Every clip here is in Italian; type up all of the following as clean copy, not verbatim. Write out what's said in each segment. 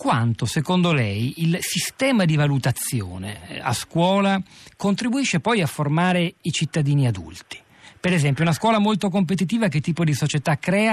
quanto, secondo lei, il sistema di valutazione a scuola contribuisce poi a formare i cittadini adulti. Per esempio, una scuola molto competitiva che tipo di società crea,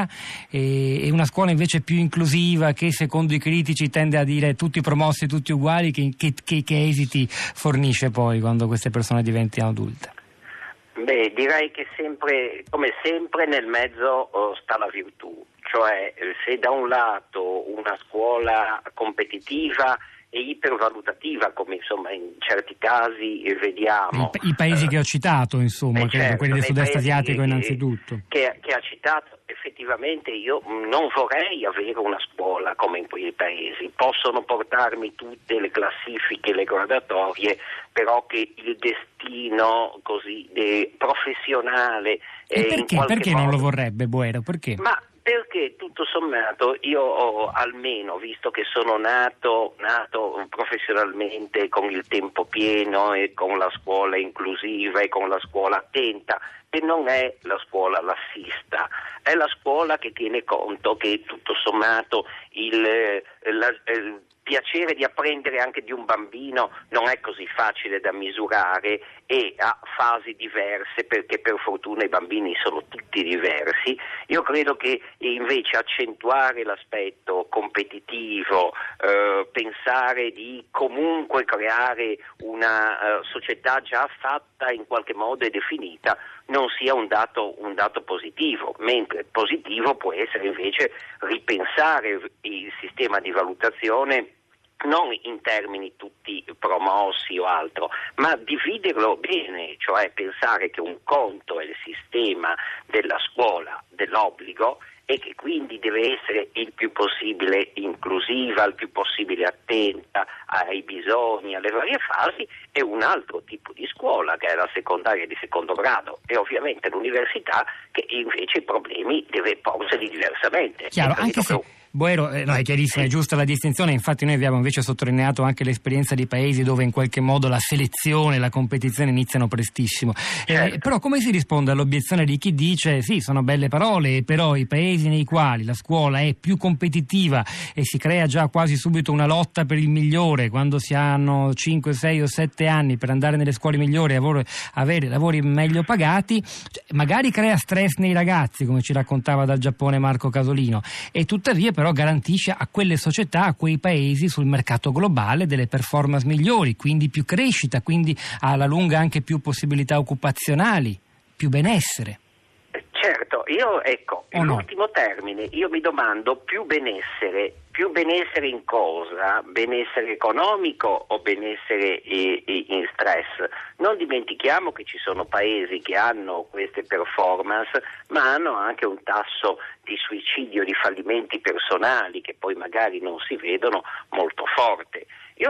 e una scuola invece più inclusiva che secondo i critici tende a dire tutti promossi, tutti uguali, che esiti fornisce poi quando queste persone diventano adulte? Beh, direi che sempre, come sempre, nel mezzo sta la virtù, cioè se da un lato una scuola competitiva e ipervalutativa, come insomma in certi casi vediamo. I paesi che ho citato, insomma, certo, quelli del sud-est asiatico innanzitutto. Che ha citato, effettivamente io non vorrei avere una scuola come in quei paesi. Possono portarmi tutte le classifiche, le graduatorie, però che il destino così professionale perché non lo vorrebbe Boero? Perché? Ma perché tutto sommato io ho almeno, visto che sono nato professionalmente con il tempo pieno e con la scuola inclusiva e con la scuola attenta, che non è la scuola lassista, è la scuola che tiene conto che tutto sommato il piacere di apprendere anche di un bambino non è così facile da misurare e ha fasi diverse, perché per fortuna i bambini sono tutti diversi. Io credo che invece accentuare l'aspetto competitivo, pensare di comunque creare una società già fatta in qualche modo e definita, non sia un dato positivo, mentre positivo può essere invece ripensare il sistema di valutazione non in termini tutti promossi o altro, ma dividerlo bene, cioè pensare che un conto è il sistema della scuola, dell'obbligo, e che quindi deve essere il più possibile inclusiva, il più possibile attenta ai bisogni, alle varie fasi, e un altro tipo di scuola che è la secondaria di secondo grado, e ovviamente l'università che invece i problemi deve porseli diversamente. Chiaro, anche se Boero, è chiarissima, è giusta la distinzione, infatti noi abbiamo invece sottolineato anche l'esperienza di paesi dove in qualche modo la selezione, la competizione iniziano prestissimo. Certo. Però come si risponde all'obiezione di chi dice sì, sono belle parole, però i paesi nei quali la scuola è più competitiva e si crea già quasi subito una lotta per il migliore, quando si hanno 5, 6 o 7 anni per andare nelle scuole migliori e avere lavori meglio pagati, magari crea stress nei ragazzi, come ci raccontava dal Giappone Marco Casolino, e tuttavia però garantisce a quelle società, a quei paesi sul mercato globale delle performance migliori, quindi più crescita, quindi alla lunga anche più possibilità occupazionali, più benessere. Certo, in ultimo termine, io mi domando più benessere in cosa? Benessere economico o benessere in stress? Non dimentichiamo che ci sono paesi che hanno queste performance, ma hanno anche un tasso di suicidio, di fallimenti personali che poi magari non si vedono, molto forte. Io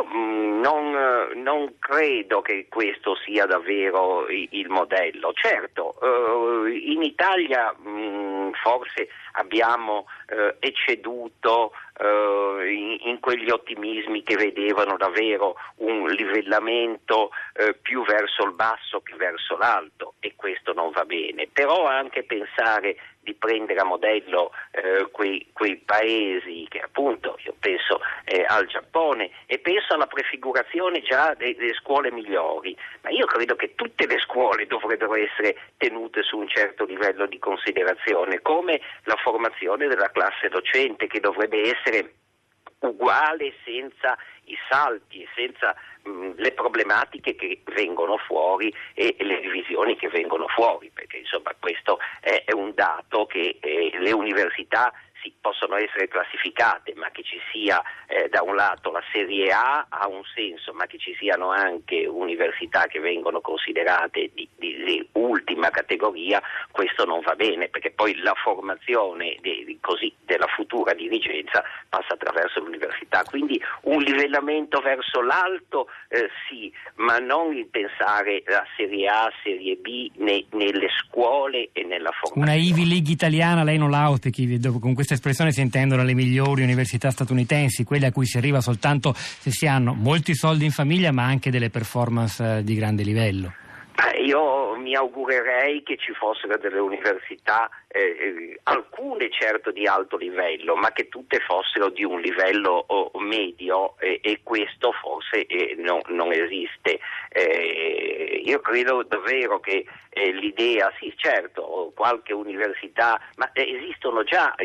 non credo che questo sia davvero il modello. Certo, in Italia forse abbiamo ecceduto in quegli ottimismi che vedevano davvero un livellamento più verso il basso che verso l'alto, e questo non va bene. Però anche pensare di prendere a modello quei paesi che appunto, io penso al Giappone e penso alla prefigurazione già delle scuole migliori, ma io credo che tutte le scuole dovrebbero essere tenute su un certo livello di considerazione, come la formazione della classe docente, che dovrebbe essere uguale senza i salti e senza le problematiche che vengono fuori e le divisioni che vengono fuori, perché insomma questo è un dato che le università sì, possono essere classificate, ma che ci sia da un lato la serie A ha un senso, ma che ci siano anche università che vengono considerate di ultima categoria, questo non va bene, perché poi la formazione della futura dirigenza passa attraverso l'università. Quindi un livellamento verso l'alto sì, ma non il pensare la serie A, serie B nelle scuole e nella formazione. Una Ivy League italiana lei non la auspichi? Con questa espressione si intendono le migliori università statunitensi, quelle a cui si arriva soltanto se si hanno molti soldi in famiglia, ma anche delle performance di grande livello. Io mi augurerei che ci fossero delle università, alcune certo di alto livello, ma che tutte fossero di un livello medio, e questo forse non esiste. Io credo davvero che l'idea, sì certo, qualche università, ma esistevano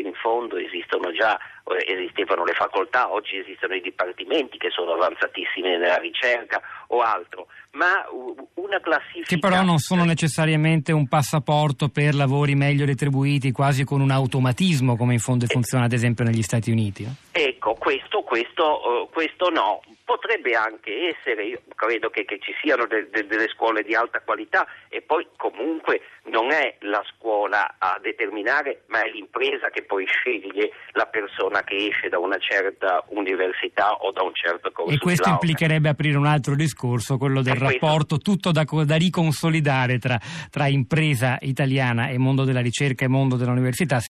le facoltà, oggi esistono i dipartimenti che sono avanzatissimi nella ricerca o altro, ma una classifica... Che però non sono necessariamente un passaporto per lavori meglio retribuiti, quasi con un automatismo, come in fondo funziona ad esempio negli Stati Uniti. Ecco, questo no. Potrebbe anche essere, io credo che ci siano delle scuole di alta qualità, e poi comunque non è la scuola a determinare, ma è l'impresa che poi sceglie la persona che esce da una certa università o da un certo corso. E questo implicherebbe aprire un altro discorso, quello del rapporto tutto da riconsolidare tra impresa italiana e mondo della ricerca e mondo dell'università.